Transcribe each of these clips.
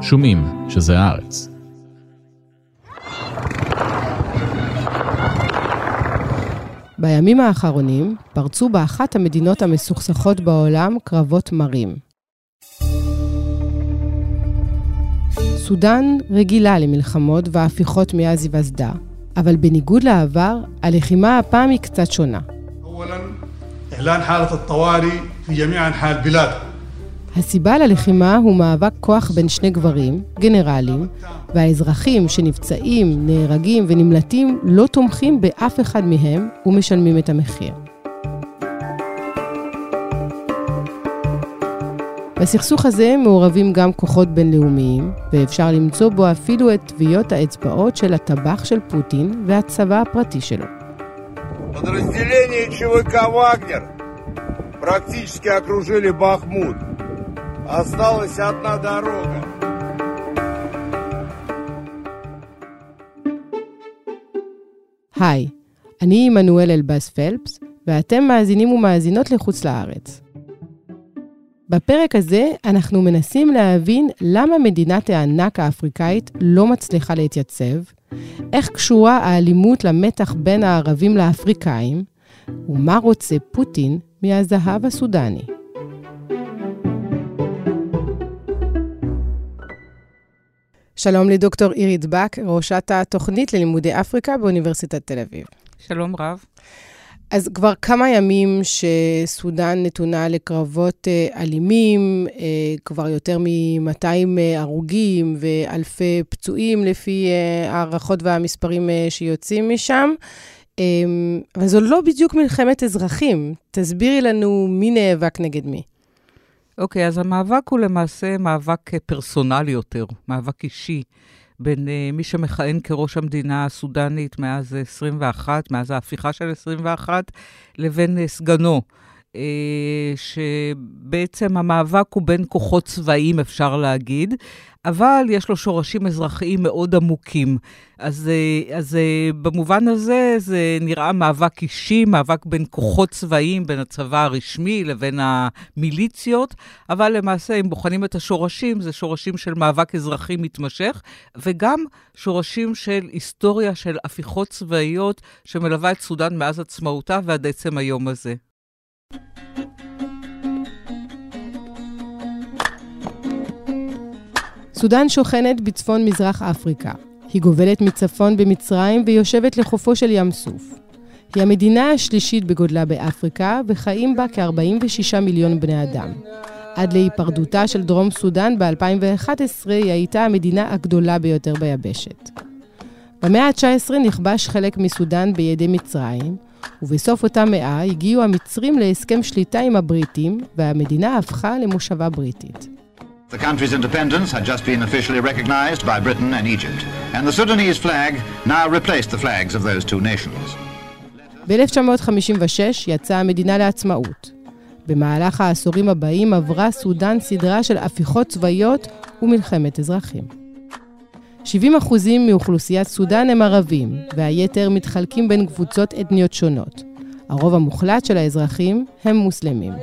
שומעים שזה הארץ. בימים האחרונים פרצו באחת המדינות המסוכסכות בעולם קרבות מרים. סודן רגילה למלחמות והפיכות מאז היווסדה, אבל בניגוד לעבר, הלחימה הפעם היא קצת שונה. إعلان حالة الطوارئ في جميع أنحاء البلاد. הסיבה ללחימה הוא מאבק כוח בין שני גברים, גנרלים, והאזרחים שנפצעים, נהרגים ונמלטים לא תומכים באף אחד מהם ומשלמים את המחיר. בסכסוך הזה מעורבים גם כוחות בינלאומיים, ואפשר למצוא בו אפילו את טביעות האצבעות של הטבח של פוטין והצבא הפרטי שלו. Подразделения ЧВК «Вагнер» практически окружили Бахмут. Осталась одна дорога. היי, אני עמנואל אלבאס פלפס, ואתם מאזינים ומאזינות לחוץ לארץ. בפרק הזה אנחנו מנסים להבין למה מדינת הענק האפריקאית לא מצליחה להתייצב, איך קשורה האלימות למתח בין הערבים לאפריקאים, ומה רוצה פוטין מהזהב הסודני. שלום לדוקטור עירית בק, ראשת התוכנית ללימודי אפריקה באוניברסיטת תל אביב. שלום רב. אז כבר כמה ימים שסודן נתונה לקרבות אלימים, כבר יותר מ-200 הרוגים ואלפי פצועים לפי הערכות והמספרים שיוצאים משם. אבל זו לא בדיוק מלחמת אזרחים. תסבירי לנו מי נאבק נגד מי. אוקיי, אז המאבק הוא למעשה מאבק פרסונלי יותר, מאבק אישי. בין מי שמכהן כראש המדינה הסודנית מאז 21, מאז ההפיכה של 21, לבין סגנו, שבעצם המאבק הוא בין כוחות צבאיים, אפשר להגיד, אבל יש לו שורשים אזרחיים מאוד עמוקים. אז במובן הזה זה נראה מאבק אישי, מאבק בין כוחות צבאיים, בין הצבא הרשמי לבין המיליציות, אבל למעשה אם בוחנים את השורשים, זה שורשים של מאבק אזרחי מתמשך, וגם שורשים של היסטוריה של הפיכות צבאיות שמלווה את סודן מאז עצמאותה ועד עצם היום הזה. סודן שוכנת בצפון מזרח אפריקה. היא גובלת מצפון במצרים ויושבת לחופו של ים סוף. היא המדינה השלישית בגודלה באפריקה וחיים בה כ-46 מיליון בני אדם. עד להיפרדותה של דרום סודן ב-2011 היא הייתה המדינה הגדולה ביותר ביבשת. במאה ה-19 נכבש חלק מסודן בידי מצרים, ובסוף אותה מאה הגיעו המצרים להסכם שליטה עם הבריטים, והמדינה הפכה למושבה בריטית. The country's independence had just been officially recognized by Britain and Egypt, and the Sudanese flag now replaced the flags of those two nations. ב-1956 יצאה המדינה לעצמאות. במהלך העשורים הבאים עברה סודן סדרה של הפיכות צבאיות ומלחמת אזרחים. 70% מאוכלוסיית סודן הם ערבים, והיתר מתחלקים בין קבוצות אתניות שונות. הרוב המוחלט של האזרחים הם מוסלמים.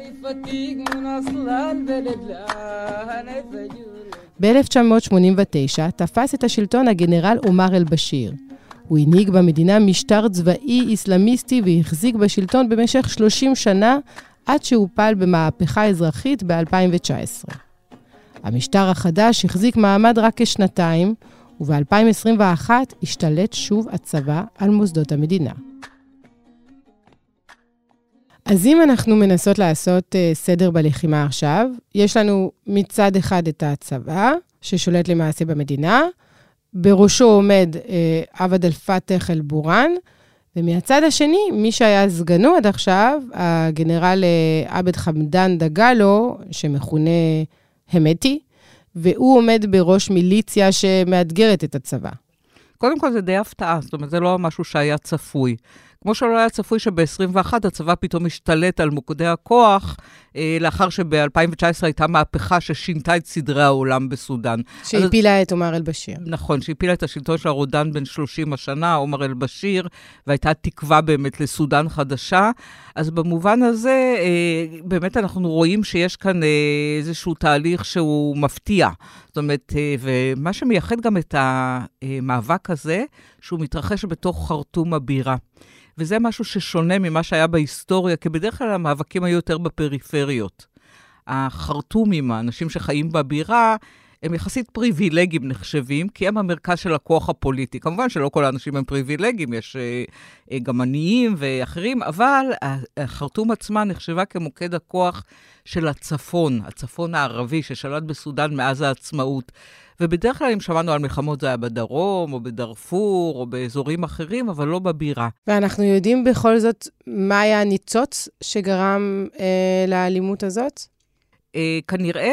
ב-1989 תפס את השלטון הגנרל עומר אל-בשיר. הוא הנהיג במדינה משטר צבאי איסלאמיסטי והחזיק בשלטון במשך 30 שנה עד שהופל במהפכה אזרחית ב-2019. המשטר החדש החזיק מעמד רק כשנתיים, וב-2021 השתלט שוב הצבא על מוסדות המדינה. אז אם אנחנו מנסות לעשות סדר בלחימה עכשיו, יש לנו מצד אחד את הצבא, ששולט למעשה במדינה, בראשו עומד עבד אל-פתח אל-בורן, ומהצד השני, מי שהיה סגנו עד עכשיו, הגנרל עבד חמדן דגלו, שמכונה המתי, והוא עומד בראש מיליציה שמאתגרת את הצבא. קודם כל זה די הפתעה, זאת אומרת, זה לא משהו שהיה צפוי. כמו שלא היה צפוי שב-21 הצבא פתאום השתלט על מוקדי הכוח, לאחר שב-2019 הייתה מהפכה ששינתה את סדרי העולם בסודן. שהפילה את עומר אל-בשיר. נכון, שהפילה את השלטון של הרודן בן 30 השנה, עומר אל-בשיר, והייתה תקווה באמת לסודן חדשה. אז במובן הזה, באמת אנחנו רואים שיש כאן איזשהו תהליך שהוא מפתיע. זאת אומרת, ומה שמייחד גם את המאבק הזה, שהוא מתרחש בתוך חרטום הבירה. וזה משהו ששונה ממה שהיה בהיסטוריה, כי בדרך כלל המאבקים היו יותר בפריפריות. החרטומים, האנשים שחיים בבירה, הם יחסית פריבילגיים נחשבים, כי הם המרכז של הכוח הפוליטי. כמובן שלא כל האנשים הם פריבילגיים, יש גם עניים ואחרים, אבל החרטום עצמה נחשבה כמוקד הכוח של הצפון, הצפון הערבי ששלט בסודן מאז העצמאות. ובדרך כלל אם שמענו על מלחמות זה היה בדרום, או בדרפור, או באזורים אחרים, אבל לא בבירה. ואנחנו יודעים בכל זאת מה היה הניצוץ שגרם לאלימות הזאת? כנראה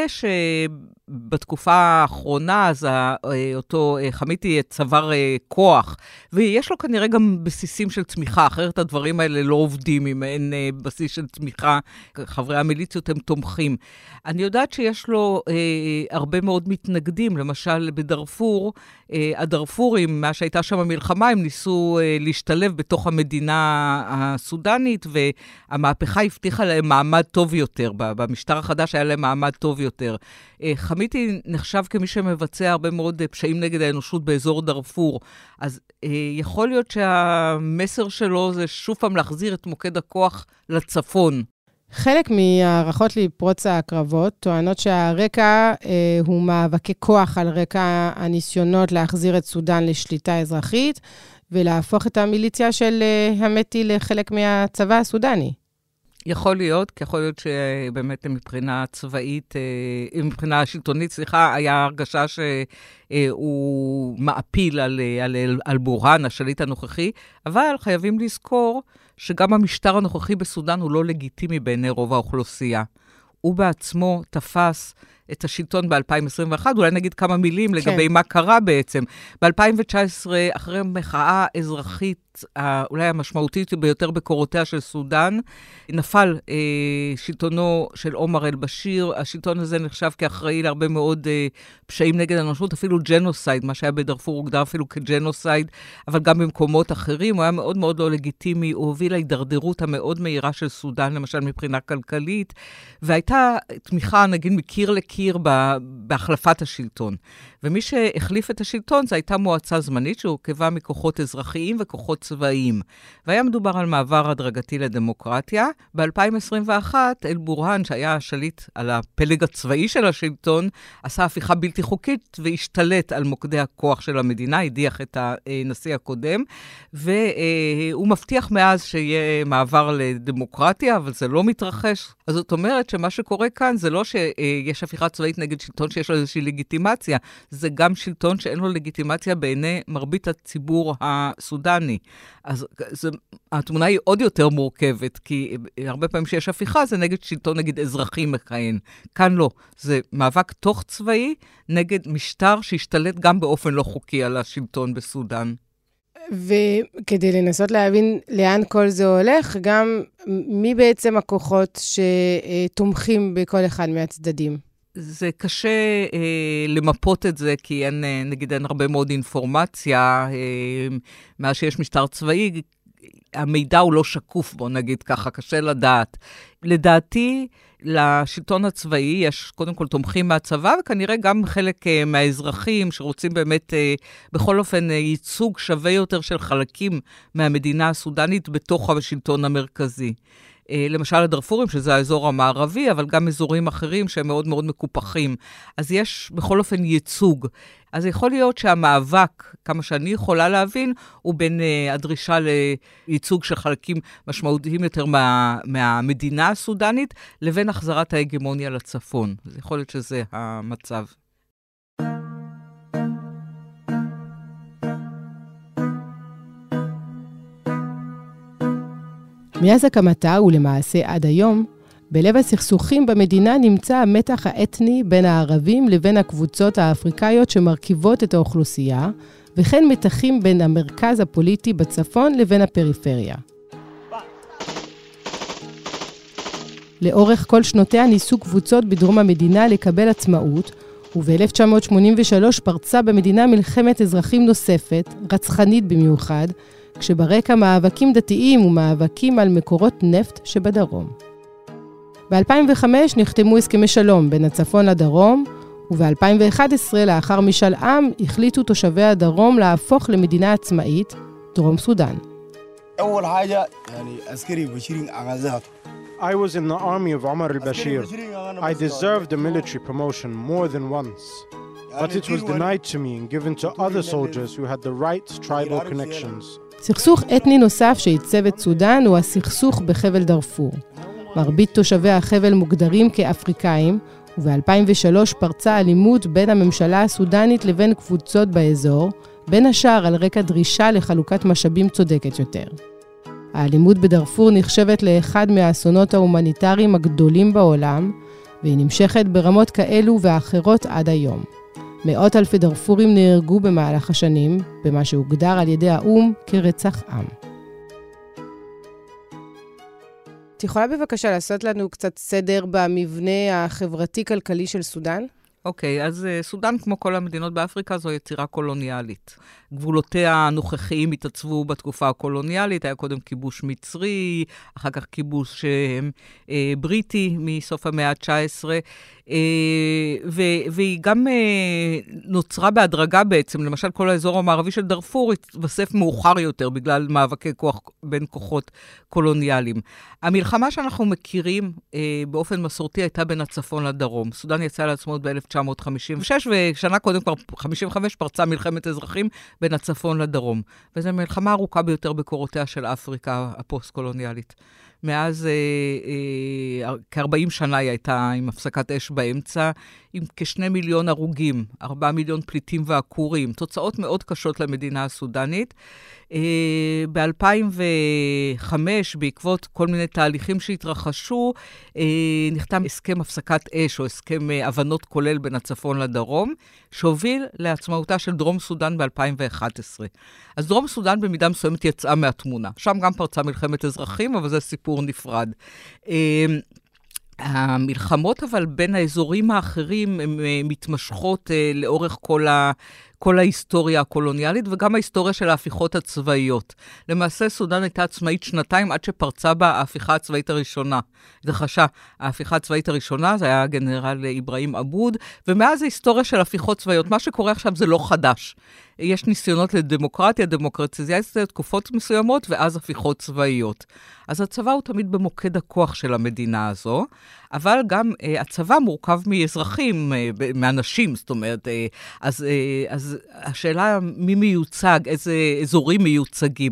שבתקופה האחרונה, אז אותו חמיתי צבר כוח, ויש לו כנראה גם בסיסים של צמיחה, אחרת הדברים האלה לא עובדים אם אין בסיס של צמיחה, חברי המיליציות הם תומכים. אני יודעת שיש לו הרבה מאוד מתנגדים, למשל בדרפור, הדרפורים, מה שהייתה שם המלחמה, הם ניסו להשתלב בתוך המדינה הסודנית, והמהפכה הבטיחה להם מעמד טוב יותר, במשטר החדש היה להם מעמד טוב יותר. חמיתי נחשב כמי שמבצע הרבה מאוד פשעים נגד האנושות באזור דרפור, אז יכול להיות שהמסר שלו זה שוב פעם להחזיר את מוקד הכוח לצפון. חלק מהערכות לפרוץ הקרבות טוענות שהרקע הוא מאבקי כוח על רקע הניסיונות להחזיר את סודן לשליטה אזרחית, ולהפוך את המיליציה של המתי לחלק מהצבא הסודני. יכול להיות, כי יכול להיות שבאמת מבחינה צבאית, מבחינה שלטונית, היה הרגשה שהוא מעפיל על בורהאן, השליט הנוכחי, אבל חייבים לזכור שגם המשטר הנוכחי בסודן הוא לא לגיטימי בעיני רוב האוכלוסייה. הוא בעצמו תפס את השלטון ב-2021, אולי נגיד כמה מילים לגבי מה קרה בעצם. ב-2019, אחרי מחאה אזרחית, אולי המשמעותית ביותר בקורותיה של סודן, נפל שלטונו של עומר אל-בשיר. השלטון הזה נחשב כאחראי להרבה מאוד פשעים נגד האנושות, אפילו ג'נוסייד, מה שהיה בדרפור הוגדר אפילו כג'נוסייד, אבל גם במקומות אחרים. הוא היה מאוד מאוד לא לגיטימי, הוא הוביל להידרדרות המאוד מהירה של סודן, למשל מבחינה כלכלית, והייתה תמיכה, נגיד, מקיר לקיר בהחלפת השלטון. ומי שהחליף את השלטון, זו הייתה מועצה זמנית שהורכבה מכוחות אזרחיים וכוחות צבאיים. והיה מדובר על מעבר הדרגתי לדמוקרטיה. ב-2021, אל-בורהאן, שהיה השליט על הפלג הצבאי של השלטון, עשה הפיכה בלתי חוקית והשתלט על מוקדי הכוח של המדינה, הדיח את הנשיא הקודם, והוא מבטיח מאז שיהיה מעבר לדמוקרטיה, אבל זה לא מתרחש. אז זאת אומרת שמה שקורה כאן זה לא שיש הפיכה צבאית נגד שלטון שיש לו איזושהי לגיטימציה, זה גם שלטון שאין לו לגיטימציה בעיני מרבית הציבור הסודני. אז התמונה היא עוד יותר מורכבת, כי הרבה פעמים שיש הפיכה זה נגד שלטון, נגד אזרחי מכהן. כאן לא. זה מאבק תוך צבאי נגד משטר שהשתלט גם באופן לא חוקי על השלטון בסודן. וכדי לנסות להבין לאן כל זה הולך, גם מי בעצם הכוחות שתומכים בכל אחד מהצדדים? זה קשה למפות את זה, כי אין, נגיד, אין הרבה מאוד אינפורמציה. מה שיש משטר צבאי, המידע הוא לא שקוף, בוא נגיד ככה, קשה לדעת. לדעתי, לשלטון הצבאי יש קודם כל תומכים מהצבא, וכנראה גם חלק מהאזרחים שרוצים באמת בכל אופן ייצוג שווה יותר של חלקים מהמדינה הסודנית בתוך השלטון המרכזי. למשל הדרפורים, שזה האזור המערבי, אבל גם אזורים אחרים שהם מאוד מאוד מקופחים. אז יש בכל אופן ייצוג. אז יכול להיות שהמאבק, כמה שאני יכולה להבין, הוא בין הדרישה לייצוג של חלקים משמעותיים יותר מהמדינה הסודנית, לבין החזרת ההגמוניה לצפון. אז יכול להיות שזה המצב. מאז הקמתה ולמעשה עד היום, בלב הסכסוכים במדינה נמצא המתח האתני בין הערבים לבין הקבוצות האפריקאיות שמרכיבות את האוכלוסייה, וכן מתחים בין המרכז הפוליטי בצפון לבין הפריפריה. לאורך כל שנותיה ניסו קבוצות בדרום המדינה לקבל עצמאות, וב-1983 פרצה במדינה מלחמת אזרחים נוספת, רצחנית במיוחד, כשברקע מאבקים דתיים ומאבקים על מקורות נפט שבדרום. ב-2005 נחתמו הסכמי שלום בין הצפון לדרום, וב-2011, לאחר משאל עם, החליטו תושבי הדרום להפוך למדינה עצמאית, דרום סודן. I was in the army of Omar al-Bashir. I deserved a military promotion more than once. But it was denied to me and given to other soldiers who had the right tribal connections. סכסוך אתני נוסף שעיצב את סודן הוא הסכסוך בחבל דארפור. מרבית תושבי החבל מוגדרים כאפריקאים, וב-2003 פרצה אלימות בין הממשלה הסודנית לבין קבוצות באזור, בין השאר על רקע דרישה לחלוקת משאבים צודקת יותר. האלימות בדארפור נחשבת לאחד מהאסונות ההומניטריים הגדולים בעולם, והיא נמשכת ברמות כאלו ואחרות עד היום. מאות אלפי דארפורים נהרגו במהלך השנים, במה שהוגדר על ידי האו"ם כרצח עם. את יכולה בבקשה לעשות לנו קצת סדר במבנה החברתי-כלכלי של סודן? אוקיי, אז סודן, כמו כל המדינות באפריקה, זו יצירה קולוניאלית. גבולותיה הנוכחיים התעצבו בתקופה הקולוניאלית, היה קודם כיבוש מצרי, אחר כך כיבוש בריטי מסוף המאה ה-19, והיא גם נוצרה בהדרגה בעצם, למשל כל האזור המערבי של דארפור התווסף מאוחר יותר בגלל מאבקי כוח בין כוחות קולוניאליים. המלחמה שאנחנו מכירים באופן מסורתי הייתה בין הצפון לדרום. סודן יצאה לעצמאות ב-1956, ושנה קודם כבר 55 פרצה מלחמת אזרחים בין הצפון לדרום. וזו מלחמה ארוכה ביותר בקורותיה של אפריקה הפוסט-קולוניאלית. מאז כ-40 שנה היא הייתה עם הפסקת אש באמצע, עם כ2 מיליון הרוגים, 4 מיליון פליטים ועקורים, תוצאות מאוד קשות למדינה הסודנית. ב-2005, בעקבות כל מיני תהליכים שהתרחשו, נחתם הסכם הפסקת אש או הסכם הבנות כולל בין הצפון לדרום, שהוביל לעצמאותה של דרום סודן ב-2011. אז דרום סודן במידה מסוימת יצאה מהתמונה. שם גם פרצה מלחמת אזרחים, אבל זה סיפור נפרד. המלחמות אבל בין האזורים האחרים הן מתמשכות לאורך כל ההיסטוריה הקולוניאלית וגם ההיסטוריה של ההפיכות הצבאיות. למעשה סודן הייתה עצמאית שנתיים עד שפרצה בה ההפיכה הצבאית הראשונה. התרחשה ההפיכה הצבאית הראשונה, זה היה הגנרל איברהים עבוד, ומאז ההיסטוריה של הפיכות צבאיות. מה שקורה עכשיו זה לא חדש. יש ניסיונות לדמוקרטיה, דמוקרטיזציה, תקופות מסוימות, ואז הפיכות צבאיות. אז הצבא הוא תמיד במוקד הכוח של המדינה הזו, אבל גם הצבא מורכב מאזרחים, מאנשים, זאת אומרת, אז השאלה מי מיוצג, איזה אזורים מיוצגים.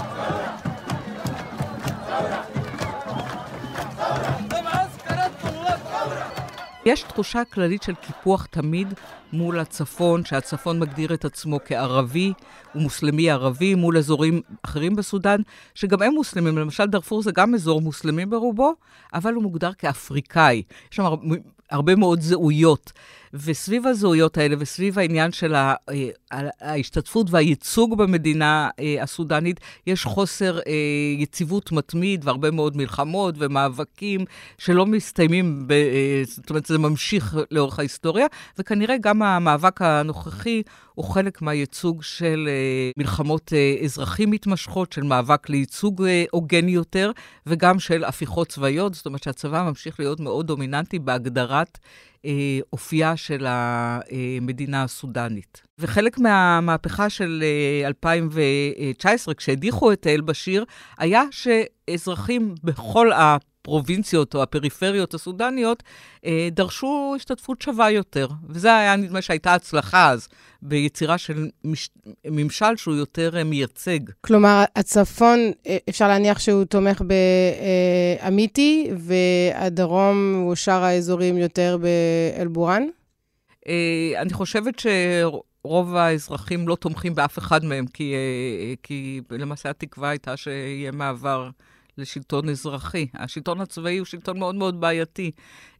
יש תחושה כללית של קיפוח תמיד מול הצפון, שהצפון מגדיר את עצמו כערבי ומוסלמי ערבי, מול אזורים אחרים בסודן, שגם הם מוסלמים. למשל דארפור זה גם אזור מוסלמי ברובו, אבל הוא מוגדר כאפריקאי. יש שם הרבה מאוד זהויות, וסביב הזהויות האלה, וסביב העניין של ההשתתפות והייצוג במדינה הסודנית, יש חוסר יציבות מתמיד, והרבה מאוד מלחמות ומאבקים שלא מסתיימים, זאת אומרת, זה ממשיך לאורך ההיסטוריה, וכנראה גם המאבק הנוכחי הוא חלק מהייצוג של מלחמות אזרחים מתמשכות, של מאבק לייצוג הוגן יותר, וגם של הפיכות צבאיות, זאת אומרת שהצבא ממשיך להיות מאוד דומיננטי בהגדרת אופייה של המדינה הסודנית. וחלק מהמהפכה של 2019, כשהדיחו את אל-בשיר, היה שאזרחים בכל הפרובינציות או הפריפריות הסודניות דרשו השתתפות שווה יותר. וזה היה נדמה שהייתה הצלחה אז, ביצירה של ממשל שהוא יותר מייצג. כלומר, הצפון, אפשר להניח שהוא תומך באמיתי, והדרום הוא שאר האזורים יותר באל-בורן? אני חושבת שרוב האזרחים לא תומכים באף אחד מהם, כי למעשה התקווה הייתה שיהיה מעבר לשלטון אזרחי. השלטון הצבאי הוא שלטון מאוד מאוד בעייתי.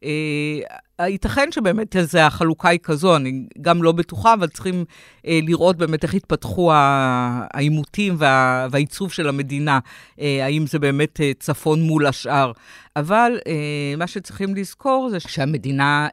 ייתכן שבאמת זה החלוקה היא כזו, אני גם לא בטוחה, אבל צריכים לראות באמת איך התפתחו העימותים והעיצוב של המדינה, האם זה באמת צפון מול השאר. אבל מה שצריכים לזכור זה שהמדינה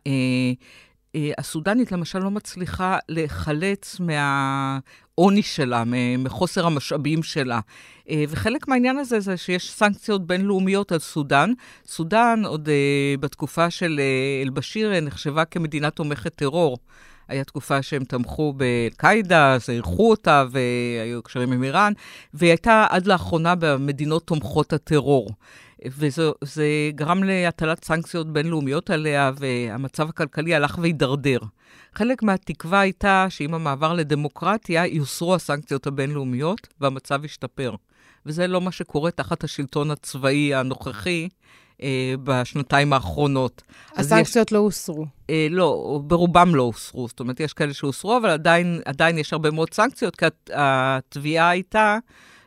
הסודנית למשל לא מצליחה לחלץ מהעוני שלה, מחוסר המשאבים שלה. וחלק מהעניין הזה זה שיש סנקציות בינלאומיות על סודן. סודן עוד בתקופה של אל-בשיר נחשבה כמדינה תומכת טרור. היה תקופה שהם תמכו באל-קאידה, אירחו אותה והיו קשרים עם איראן, והיא הייתה עד לאחרונה במדינות תומכות הטרור. וזה גרם להטלת סנקציות בינלאומיות עליה, והמצב הכלכלי הלך והידרדר. חלק מהתקווה הייתה שעם המעבר לדמוקרטיה יוסרו הסנקציות הבינלאומיות, והמצב ישתפר. וזה לא מה שקורה תחת השלטון הצבאי הנוכחי בשנתיים האחרונות. הסנקציות לא הוסרו. לא, ברובם לא הוסרו. זאת אומרת, יש כאלה שהוסרו, אבל עדיין יש הרבה מאוד סנקציות, כי התביעה הייתה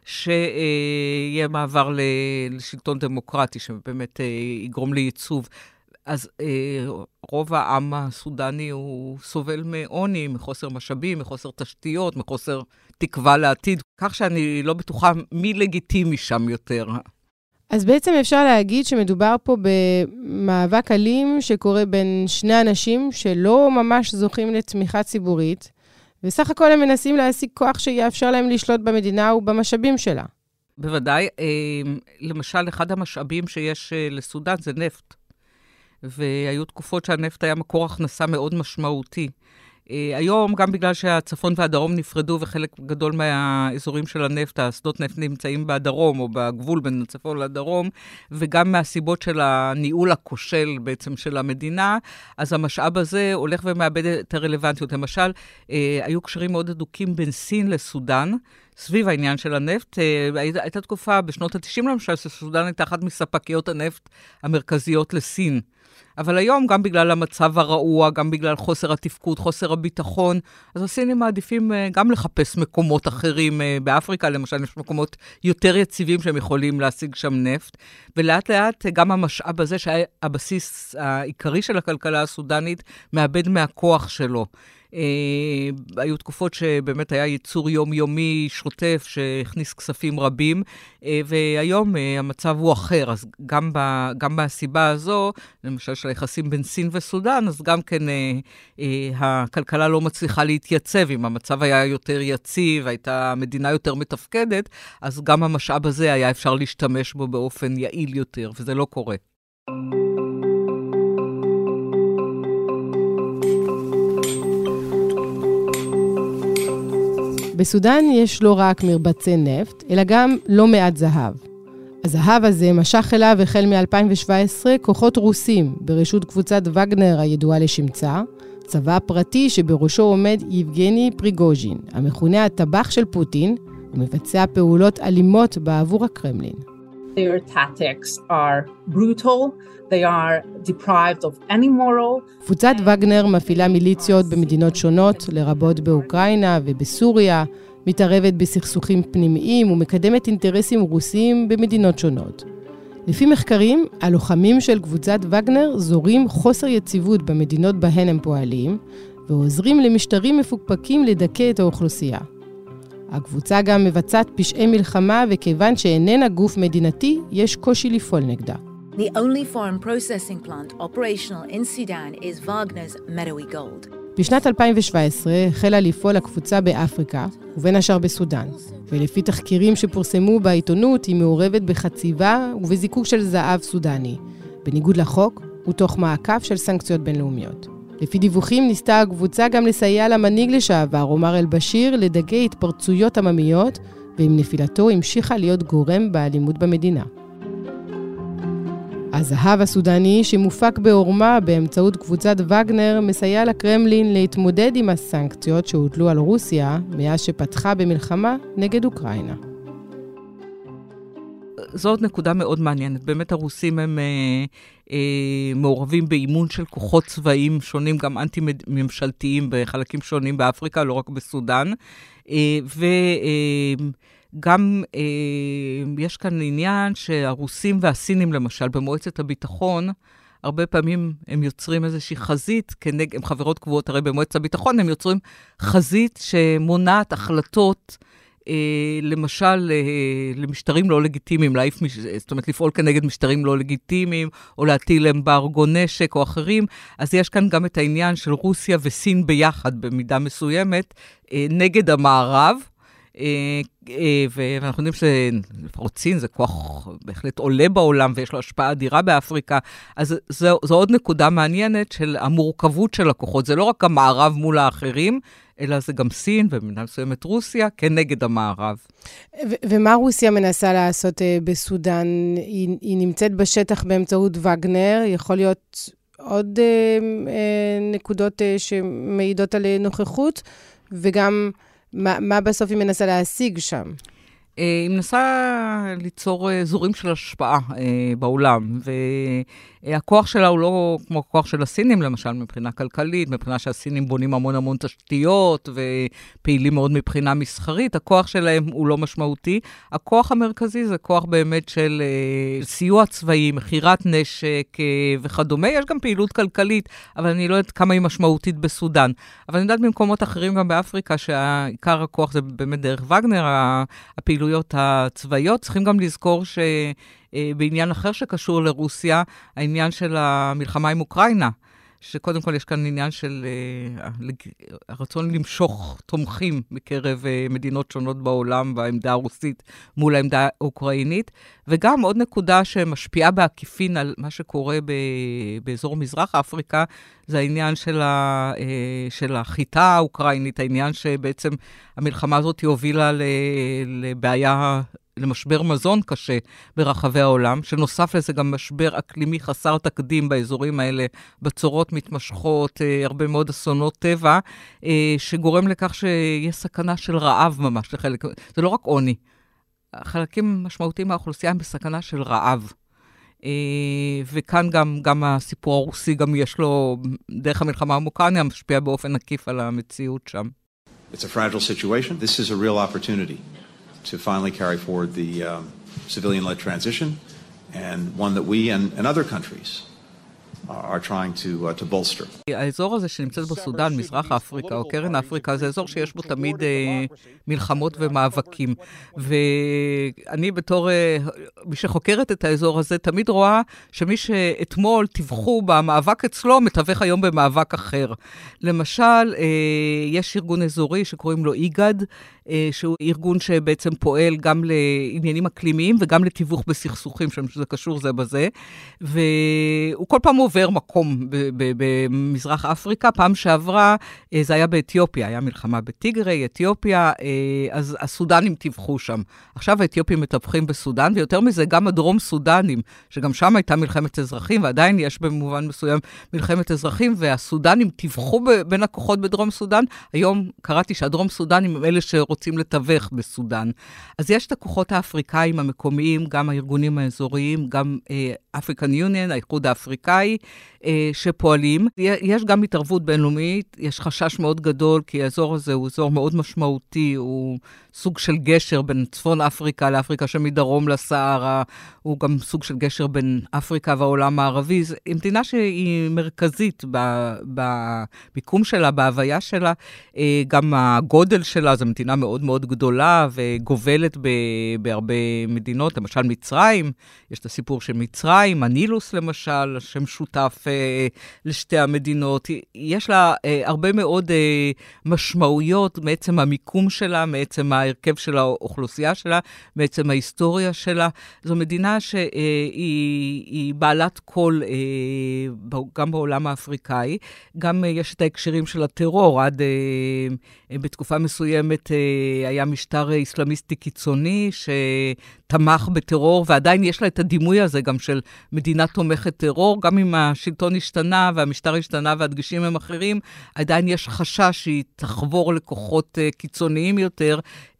שיהיה מעבר לשלטון דמוקרטי, שבאמת יגרום לייצוב. אז רוב העם הסודני הוא סובל מעוני, מחוסר משאבים, מחוסר תשתיות, מחוסר תקווה לעתיד, כך שאני לא בטוחה מי לגיטימי שם יותר. אז בעצם אפשר להגיד שמדובר פה במאבק אלים שקורה בין שני אנשים שלא ממש זוכים לתמיכה ציבורית, וסך הכל הם מנסים להשיג כוח שיאפשר להם לשלוט במדינה ובמשאבים שלה. בוודאי. למשל, אחד המשאבים שיש לסודן זה נפט. והיו תקופות שהנפט היה מקור הכנסה מאוד משמעותי. היום, גם בגלל שהצפון והדרום נפרדו, וחלק גדול מהאזורים של הנפט, השדות נפט נמצאים בדרום, או בגבול בין הצפון לדרום, וגם מהסיבות של הניהול הכושל בעצם של המדינה, אז המשאב הזה הולך ומאבד את הרלוונטיות. למשל, היו קשרים מאוד אדוקים בין סין לסודן, סביב העניין של הנפט. הייתה תקופה בשנות ה-90 למשל, שסודן הייתה אחת מספקיות הנפט המרכזיות לסין. אבל היום, גם בגלל המצב הרעוע, גם בגלל חוסר התפקוד, חוסר הביטחון, אז הסינים מעדיפים גם לחפש מקומות אחרים באפריקה, למשל, יש מקומות יותר יציבים שהם יכולים להשיג שם נפט, ולאט לאט גם המשאב הזה, שהבסיס העיקרי של הכלכלה הסודנית, מאבד מהכוח שלו. היו תקופות שבאמת היה ייצור יומיומי שוטף שהכניס כספים רבים, והיום המצב הוא אחר, אז גם מהסיבה הזו, למשל של היחסים בין סין וסודן, אז גם כן הכלכלה לא מצליחה להתייצב, אם המצב היה יותר יציב, הייתה מדינה יותר מתפקדת, אז גם המשאב הזה היה אפשר להשתמש בו באופן יעיל יותר, וזה לא קורה. בסודן יש לא רק מרבצי נפט, אלא גם לא מעט זהב. הזהב הזה משך אליו החל מ-2017 כוחות רוסים ברשות קבוצת וגנר הידועה לשמצה, צבא פרטי שבראשו עומד יבגני פריגוז'ין, המכונה הטבח של פוטין, ומבצע פעולות אלימות בעבור הקרמלין. Their tactics are brutal, they are deprived of any moral. קבוצת וגנר מפעילה מיליציות במדינות שונות, לרבות באוקראינה ובסוריה, מתערבת בסכסוכים פנימיים ומקדמת אינטרסים רוסיים במדינות שונות. לפי מחקרים, הלוחמים של קבוצת וגנר זורים חוסר יציבות במדינות בהן הם פועלים, ועוזרים למשטרים מפוקפקים לדכא את האוכלוסייה. הקבוצה גם מבצעת פשעי מלחמה, וכיוון שאיננה גוף מדינתי, יש קושי לפעול נגדה. The only foreign processing plant operational in Sudan is Wagner's Medowi Gold. בשנת 2017 החלה לפעול הקבוצה באפריקה, ובין השאר בסודן, ולפי תחקירים שפורסמו בעיתונות, היא מעורבת בחציבה ובזיקוק של זהב סודני, בניגוד לחוק ותוך מעקב של סנקציות בינלאומיות. לפי דיווחים ניסתה הקבוצה גם לסייע למנהיג לשעבר, עומר אל-בשיר, לדכא התפרצויות עממיות, ועם נפילתו המשיכה להיות גורם באלימות במדינה. הזהב הסודני שמופק בעורמה באמצעות קבוצת וגנר מסייע לקרמלין להתמודד עם הסנקציות שהוטלו על רוסיה מאז שפתחה במלחמה נגד אוקראינה. זאת נקודה מאוד מעניינת. באמת הרוסים הם מעורבים באימון של כוחות צבאיים שונים, גם אנטי-ממשלתיים בחלקים שונים באפריקה, לא רק בסודן. גם יש כאן עניין שהרוסים והסינים, למשל, במועצת הביטחון, הרבה פעמים הם יוצרים איזושהי חזית, הם חברות קבועות הרי במועצת הביטחון, הם יוצרים חזית שמונעת החלטות, למשל, למשטרים לא לגיטימיים, זאת אומרת, לפעול כנגד משטרים לא לגיטימיים, או להטיל אמברגו נשק או אחרים. אז יש כאן גם את העניין של רוסיה וסין ביחד, במידה מסוימת, נגד המערב, ואנחנו יודעים שלפחות סין זה כוח בהחלט עולה בעולם, ויש לו השפעה אדירה באפריקה, אז זו עוד נקודה מעניינת של המורכבות של הכוחות. זה לא רק המערב מול האחרים, אלא זה גם סין, ובמידה מסוימת רוסיה, כנגד המערב. ומה רוסיה מנסה לעשות בסודן? היא נמצאת בשטח באמצעות וגנר, יכול להיות עוד נקודות שמעידות על נוכחות, וגם מה בסוף היא מנסה להשיג שם? היא מנסה ליצור אזורים של השפעה בעולם, והכוח שלה הוא לא כמו הכוח של הסינים, למשל, מבחינה כלכלית, מבחינה שהסינים בונים המון תשתיות, ופעילים מאוד מבחינה מסחרית, הכוח שלהם הוא לא משמעותי. הכוח המרכזי זה כוח באמת של סיוע צבאי, מחירת נשק וכדומה. יש גם פעילות כלכלית, אבל אני לא יודעת כמה היא משמעותית בסודן. אבל אני יודעת במקומות אחרים, גם באפריקה, שהעיקר הכוח זה באמת דרך וגנר, הפעילויות הצבאיות. צריכים גם לזכור שבעניין אחר שקשור לרוסיה, העניין של המלחמה עם אוקראינה, שקודם כל יש כאן עניין של הרצון למשוך תומכים מקרב מדינות שונות בעולם בעמדה הרוסית מול העמדה האוקראינית, וגם עוד נקודה שמשפיעה בעקיפין על מה שקורה באזור מזרח אפריקה, זה העניין של החיטה האוקראינית, העניין שבעצם המלחמה הזאת הובילה לבעיה, למשבר מזון קשה ברחבי העולם, שנוסף לזה גם משבר אקלימי חסר תקדים באזורים האלה, בצורות מתמשכות, הרבה מאוד אסונות טבע, שגורם לכך שיש סכנה של רעב ממש לחלק. זה לא רק עוני. חלקים משמעותיים מהאוכלוסייה הם בסכנה של רעב. וכאן גם הסיפור הרוסי, גם יש לו, דרך המלחמה האוקראינית, משפיע באופן עקיף על המציאות שם. It's a fragile situation. This is a real opportunity to finally carry forward the civilian-led transition, and one that we and other countries are trying to bolster. האזור הזה שנמצאת בסודן, מזרח אפריקה או קרן אפריקה, זה אזור שיש בו תמיד מלחמות ומאבקים. ואני בתור מי שחוקרת את האזור הזה, תמיד רואה שמי שאתמול טבחו במאבק אצלו, מתווך היום במאבק אחר. למשל, יש ארגון אזורי שקוראים לו איגד, שהוא ארגון שבעצם פועל גם לעניינים אקלימיים וגם לתיווך בסכסוכים, שזה קשור זה בזה, והוא כל פעם עובר מקום במזרח אפריקה. פעם שעברה, זה היה באתיופיה, היה מלחמה בטיגרי, אתיופיה, אז הסודנים טבחו שם. עכשיו האתיופים מטווחים בסודן, ויותר מזה גם הדרום סודנים, שגם שם הייתה מלחמת אזרחים, ועדיין יש במובן מסוים מלחמת אזרחים, והסודנים טבחו בין הכוחות בדרום סודן. היום קראתי שהדרום סודנים הם אלה שרוצים לתווך בסודן. אז יש את הכוחות האפריקאים המקומיים, גם הארגונים האזוריים, גם אפריקן יוניון, האיחוד האפריקאי, שפועלים. יש גם התערבות בינלאומית, יש חשש מאוד גדול, כי האזור הזה הוא אזור מאוד משמעותי, הוא סוג של גשר בין צפון אפריקה לאפריקה שמדרום לסהרה, הוא גם סוג של גשר בין אפריקה והעולם הערבי. זו מדינה שהיא מרכזית במיקום שלה, בהוויה שלה, גם הגודל שלה, זו מדינה מאוד מאוד גדולה וגובלת בהרבה מדינות, למשל מצרים, יש את הסיפור של מצרים, הנילוס למשל, שם שותף לשתי המדינות, יש לה הרבה מאוד משמעויות מעצם המיקום שלה, מעצם ההרכב של האוכלוסייה שלה, מעצם ההיסטוריה שלה. זו מדינה שהיא בעלת קול גם בעולם האפריקאי, גם יש את ההקשרים של הטרור, עד בתקופה מסוימת היה משטר איסלאמיסטי קיצוני שתמך בטרור, ועדיין יש לה את הדימוי הזה גם של מדינה תומכת טרור, גם אם השלטון השתנה והמשטר השתנה והדגשים הם אחרים, עדיין יש חשש שהיא תחבור לכוחות קיצוניים יותר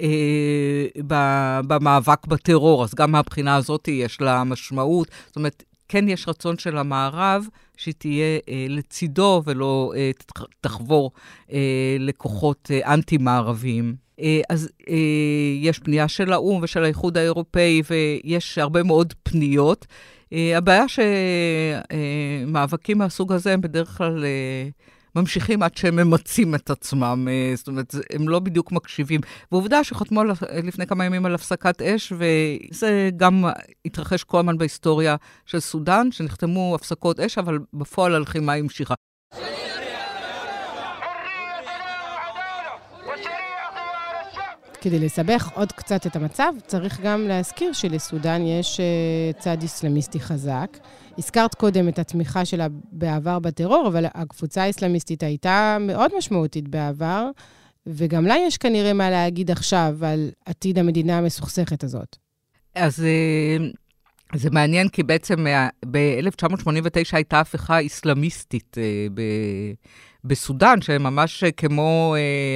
במאבק בטרור. אז גם מהבחינה הזאת יש לה משמעות. זאת אומרת, כן יש רצון של המערב שהיא תהיה לצידו ולא תחבור לכוחות אנטי-מערביים. אז יש פנייה של האו"ם ושל האיחוד האירופאי, ויש הרבה מאוד פניות. הבעיה שמאבקים מהסוג הזה הם בדרך כלל ממשיכים עד שהם ממצים את עצמם, זאת אומרת, הם לא בדיוק מקשיבים. ועובדה שחתמו לפני כמה ימים על הפסקת אש, וזה גם התרחש כל הזמן בהיסטוריה של סודן, שנחתמו הפסקות אש, אבל בפועל הלחימה המשיכה. כדי לסבך עוד קצת את המצב, צריך גם להזכיר שלסודן יש צד אסלאמיסטי חזק. הזכרת קודם את התמיכה שלה בעבר בטרור, אבל הקבוצה האסלאמיסטית הייתה מאוד משמעותית בעבר, וגם לה יש כנראה מה להגיד עכשיו על עתיד המדינה המסוכסכת הזאת. אז זה מעניין, כי בעצם ב-1989 הייתה הפיכה אסלאמיסטית בסודן, שממש כמו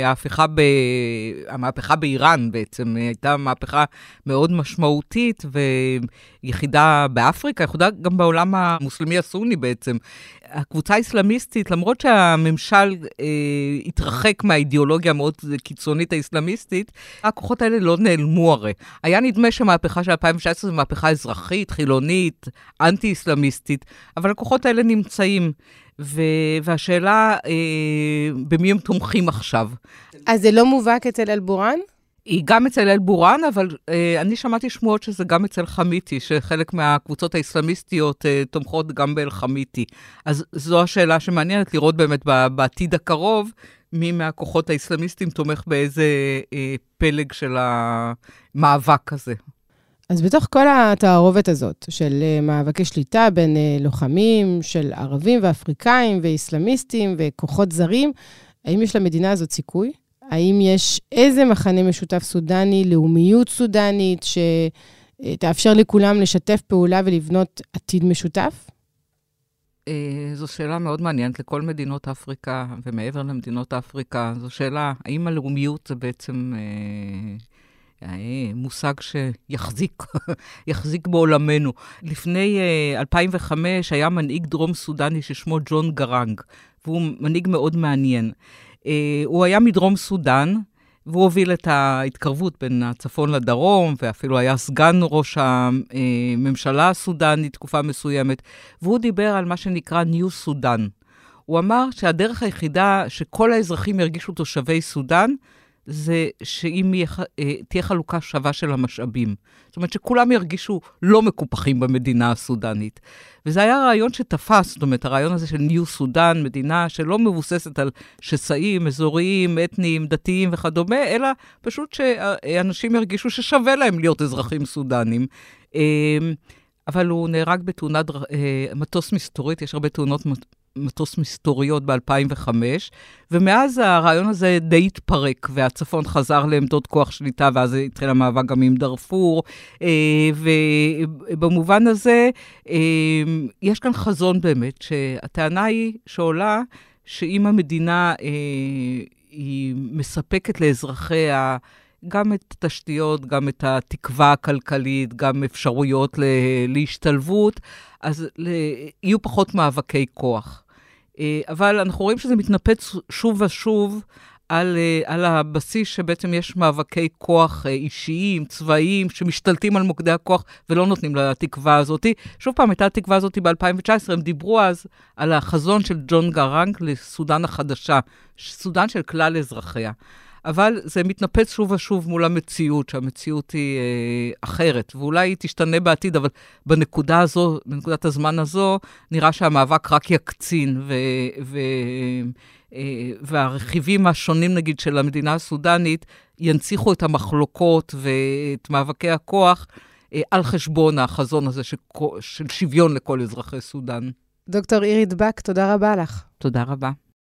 המהפכה באיראן בעצם, הייתה מהפכה מאוד משמעותית, ויחידה באפריקה, יחידה גם בעולם המוסלמי הסוני בעצם. הקבוצה האסלאמיסטית, למרות שהממשל התרחק מהאידיאולוגיה המאוד קיצונית האסלאמיסטית, הכוחות האלה לא נעלמו הרי. היה נדמה שמהפכה של 2019 זו מהפכה אזרחית, חילונית, אנטי-אסלאמיסטית, אבל הכוחות האלה נמצאים. והשאלה, במי הם תומכים עכשיו? אז זה לא מובהק אצל אל-בורן? היא גם אצל אל-בורן, אבל אני שמעתי שמועות שזה גם אצל חמיתי, שחלק מהקבוצות האסלאמיסטיות תומכות גם באל-חמיתי. אז זו השאלה שמעניינת לראות באמת בעתיד הקרוב, מי מהכוחות האסלאמיסטים תומך באיזה פלג של המאבק הזה. אז בתוך כל התערובת הזאת של מאבקי שליטה בין לוחמים של ערבים ואפריקאים ואסלאמיסטים וכוחות זרים, האם יש למדינה הזאת סיכוי? האם יש איזה מחנה משותף סודני, לאומיות סודנית, שתאפשר לכולם לשתף פעולה ולבנות עתיד משותף? זו שאלה מאוד מעניינת לכל מדינות אפריקה, ומעבר למדינות אפריקה, זו שאלה, האם הלאומיות זה בעצם מושג שיחזיק בעולמנו. לפני 2005 היה מנהיג דרום סודני ששמו ג'ון גרנג, והוא מנהיג מאוד מעניין. הוא היה מדרום סודן, והוא הוביל את ההתקרבות בין הצפון לדרום, ואפילו היה סגן ראש הממשלה הסודנית תקופה מסוימת, והוא דיבר על מה שנקרא ניו סודן. הוא אמר שהדרך היחידה שכל האזרחים ירגישו תושבי סודן, זה שאם תהיה חלוקה שווה של המשאבים. זאת אומרת שכולם ירגישו לא מקופחים במדינה הסודנית. וזה היה רעיון שתפס, זאת אומרת, הרעיון הזה של ניו סודן, מדינה שלא מבוססת על שסעים, אזוריים, אתניים, דתיים וכדומה, אלא פשוט שאנשים ירגישו ששווה להם להיות אזרחים סודנים. אבל הוא נהרג בתאונת מטוס מסתורית, יש הרבה תאונות מטוס מסתוריות ב-2005, ומאז הרעיון הזה די התפרק, והצפון חזר לעמדות כוח שליטה, ואז התחיל המאבק גם עם דארפור, ובמובן הזה יש כאן חזון באמת, שהטענה היא שעולה, שאם המדינה היא מספקת לאזרחיה, גם את התשתיות, גם את התקווה הכלכלית, גם אפשרויות להשתלבות, אז יהיו פחות מאבקי כוח. אבל אנחנו רואים שזה מתנפץ שוב ושוב על הבסיס שבעצם יש מאבקי כוח אישיים, צבאיים, שמשתלטים על מוקדי הכוח ולא נותנים לתקווה הזאת. שוב פעם, הייתה התקווה הזאת ב-2019, הם דיברו אז על החזון של ג'ון גרנג לסודן החדשה, סודן של כלל אזרחיה. אבל זה מתנפץ שוב ושוב מול המציאות, שהמציאות היא אחרת, ואולי היא תשתנה בעתיד, אבל בנקודה הזו, בנקודת הזמן הזו, נראה שהמאבק רק יקצין, והרכיבים השונים, נגיד, של המדינה הסודנית, ינציחו את המחלוקות ואת מאבקי הכוח, על חשבון החזון הזה של שוויון לכל אזרחי סודן. דוקטור אירית בק, תודה רבה לך. תודה רבה.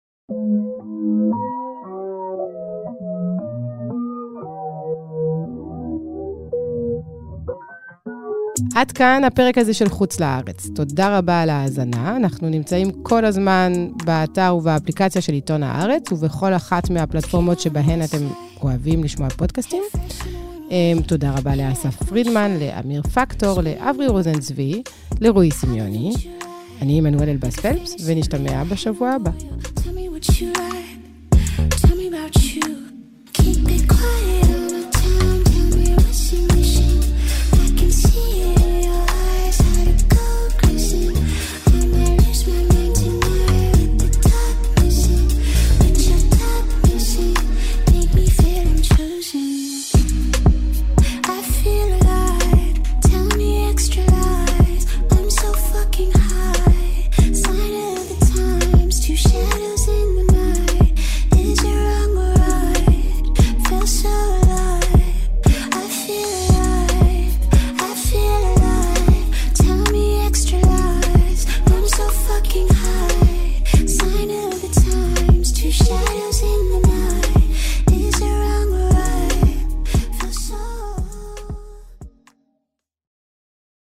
עד כאן הפרק הזה של חוץ לארץ. תודה רבה על ההאזנה. אנחנו נמצאים כל הזמן באתר ובאפליקציה של עיתון הארץ, ובכל אחת מהפלטפורמות שבהן אתם אוהבים לשמוע פודקאסטים. תודה רבה לאסף פרידמן, לאמיר פקטור, לאברי רוזנצבי, לרועי סמיוני. אני עמנואל אלבאס פלפס, ונשתמע בשבוע הבא. Tell me what you like, tell me about you.